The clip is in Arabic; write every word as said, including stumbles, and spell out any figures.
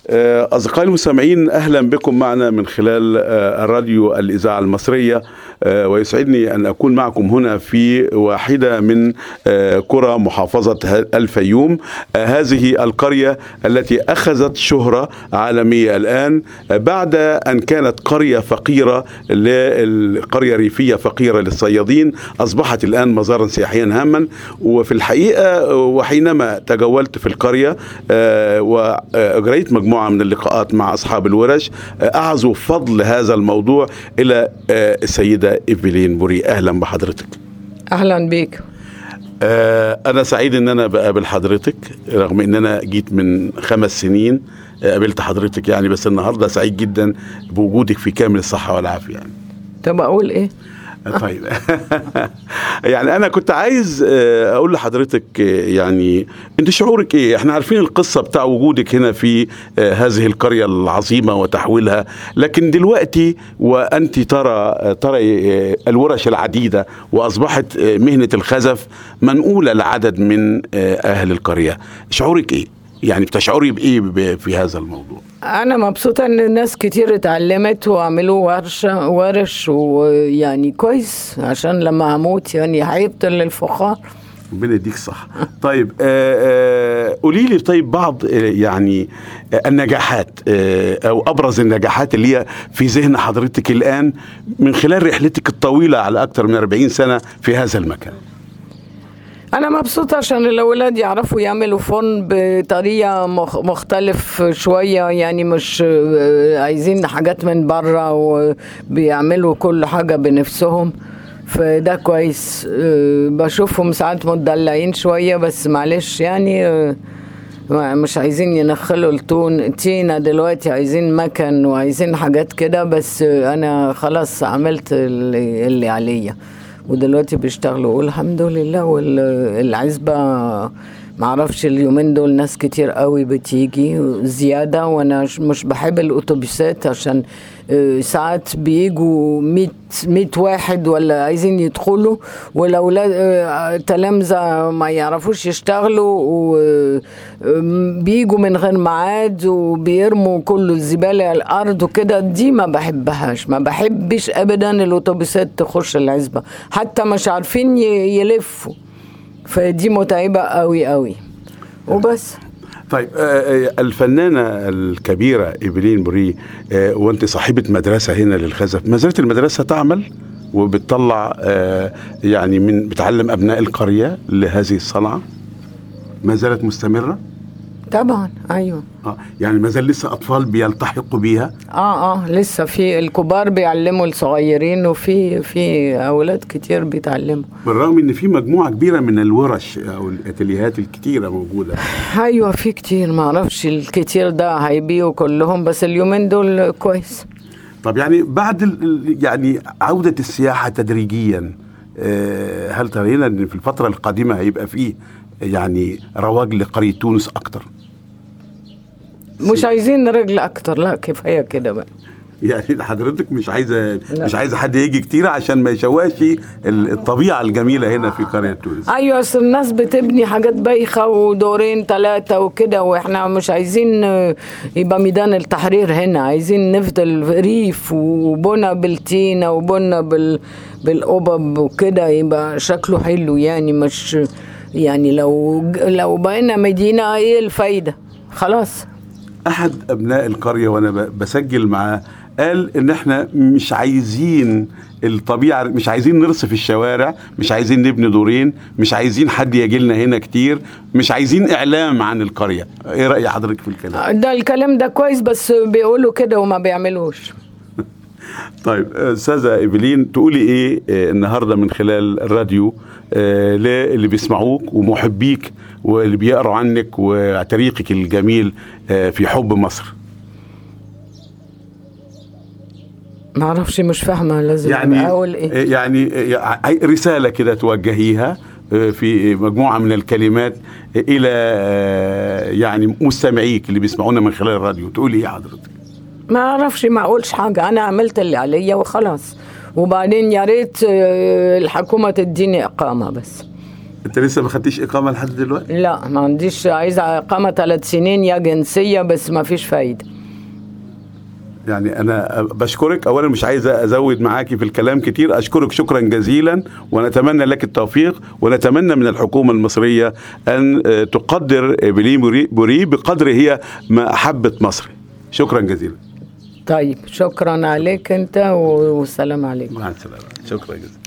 أصدقائي المستمعين، أهلا بكم معنا من خلال الراديو الإذاعة المصرية، ويسعدني أن أكون معكم هنا في واحدة من قرى محافظة الفيوم. هذه القرية التي أخذت شهرة عالمية الآن بعد أن كانت قرية فقيرة، للقرية ريفية فقيرة للصيادين، أصبحت الآن مزارا سياحيا هاما. وفي الحقيقة وحينما تجولت في القرية وأجريت مجموعة من اللقاءات مع أصحاب الورش، أعزو فضل هذا الموضوع إلى السيدة إيفلين بوري. أهلا بحضرتك. أهلا بك. أنا سعيد أن أنا بقابل حضرتك، رغم أن أنا جيت من خمس سنين قابلت حضرتك يعني، بس النهاردة سعيد جدا بوجودك في كامل الصحة والعافية يعني. طب أقول إيه؟ طيب يعني أنا كنت عايز أقول لحضرتك، يعني أنت شعورك إيه؟ إحنا عارفين القصة بتاع وجودك هنا في هذه القرية العظيمة وتحويلها، لكن دلوقتي وأنت ترى ترى الورش العديدة، وأصبحت مهنة الخزف منقولة لعدد من أهل القرية، شعورك إيه؟ يعني بتشعري بإيه في هذا الموضوع؟ أنا مبسوطة إن الناس كتير اتعلمت وعملوا ورشة ورش، ويعني كويس عشان لما هموت يعني هيبطل للفخار. ربنا يديك صح. طيب قولي لي، طيب بعض يعني النجاحات أو أبرز النجاحات اللي هي في ذهن حضرتك الآن من خلال رحلتك الطويلة على أكثر من أربعين سنة في هذا المكان. أنا مبسوطة عشان الأولاد يعرفوا يعملوا فن بطريقة مختلف شوية، يعني مش عايزين حاجات من برا، وبيعملوا كل حاجة بنفسهم، فده كويس. بشوفهم ساعات متدلعين شوية، بس معلش يعني مش عايزين ينخلوا التون تينا دلوقتي، عايزين مكن وعايزين حاجات كده، بس أنا خلاص عملت اللي, اللي عليا، ودلوقتي بيشتغلوا والحمد لله. والعزبة معرفش اليومين دول ناس كتير قوي بتيجي زيادة، وانا مش بحب الاتوبيسات عشان ساعات بيجوا مية مية واحد ولا عايزين يدخلوا، والاولاد تلامذة ما يعرفوش يشتغلوا وبيجوا من غير ميعاد وبيرموا كل الزبالة على الارض وكده. دي ما بحبهاش، ما بحبش ابدا الاتوبيسات تخش العزبة، حتى مش عارفين يلفوا، فدي متعبة قوي قوي وبس. طيب الفنانة الكبيرة إيفلين بوري، وانت صاحبة مدرسة هنا للخزف، ما زالت المدرسة تعمل وبتطلع يعني من بتعلم أبناء القرية لهذه الصنعة؟ ما زالت مستمرة؟ طبعا ايوه. اه يعني ما زال لسه اطفال بيلتحقوا بيها؟ اه اه لسه في الكبار بيعلموا الصغيرين، وفي في اولاد كتير بيتعلموا، بالرغم ان في مجموعه كبيره من الورش او الاتليهات الكتيره موجوده. ايوه في كتير، ما اعرفش الكتير ده هيبيعوا كلهم، بس اليومين دول كويس. طب يعني بعد يعني عوده السياحه تدريجيا، هل ترين ان في الفتره القادمه هيبقى فيه يعني رواج لقرية تونس أكتر؟ مش عايزين رجل أكتر، لا كفاية كده بقى. يعني حضرتك مش عايزة لا. مش عايزة حد يجي كتير عشان ما يشوهش الطبيعة الجميلة هنا في قرية تونس. أيوة، أصل الناس بتبني حاجات بايخة ودورين ثلاثة وكده، وإحنا مش عايزين يبقى ميدان التحرير هنا، عايزين نفضل ريف وبنا بالتينة وبنا بال بالقبب وكده، يبقى شكله حلو يعني. مش يعني لو لو بقينا مدينة ايه الفايدة؟ خلاص. احد ابناء القرية وانا بسجل معاه قال ان احنا مش عايزين الطبيعة، مش عايزين نرصف الشوارع، مش عايزين نبني دورين، مش عايزين حد يجي لنا هنا كتير، مش عايزين اعلام عن القرية. ايه رأي حضرتك في الكلام ده؟ الكلام ده كويس، بس بيقولوا كده وما بيعملوش. طيب أستاذة إيفلين، تقولي إيه النهاردة من خلال الراديو للي بيسمعوك ومحبيك واللي بيقروا عنك وتاريخك الجميل في حب مصر؟ ما اعرفش، مش فاهمة لازم يعني أقول إيه. يعني رسالة كده توجهيها في مجموعة من الكلمات إلى يعني مستمعيك اللي بيسمعونا من خلال الراديو، تقولي إيه حضرتك؟ ما اعرفش، ما اقولش حاجه، انا عملت اللي عليا وخلاص، وبعدين يا ريت الحكومه تديني اقامه بس. انت لسه ما خدتيش اقامه لحد دلوقتي؟ لا ما عنديش، عايزة اقامة ثلاث سنين يا جنسية، بس ما فيش فايدة. يعني انا بشكرك اولا، مش عايز ازود معاكي في الكلام كتير، اشكرك شكرا جزيلا، ونتمنى لك التوفيق، ونتمنى من الحكومة المصرية ان تقدر إيبيلين بوري بقدر هي ما احبت مصر. شكرا جزيلا. طيب شكرا عليك انت، والسلام عليكم. مع السلامة. شكرا جزيلا.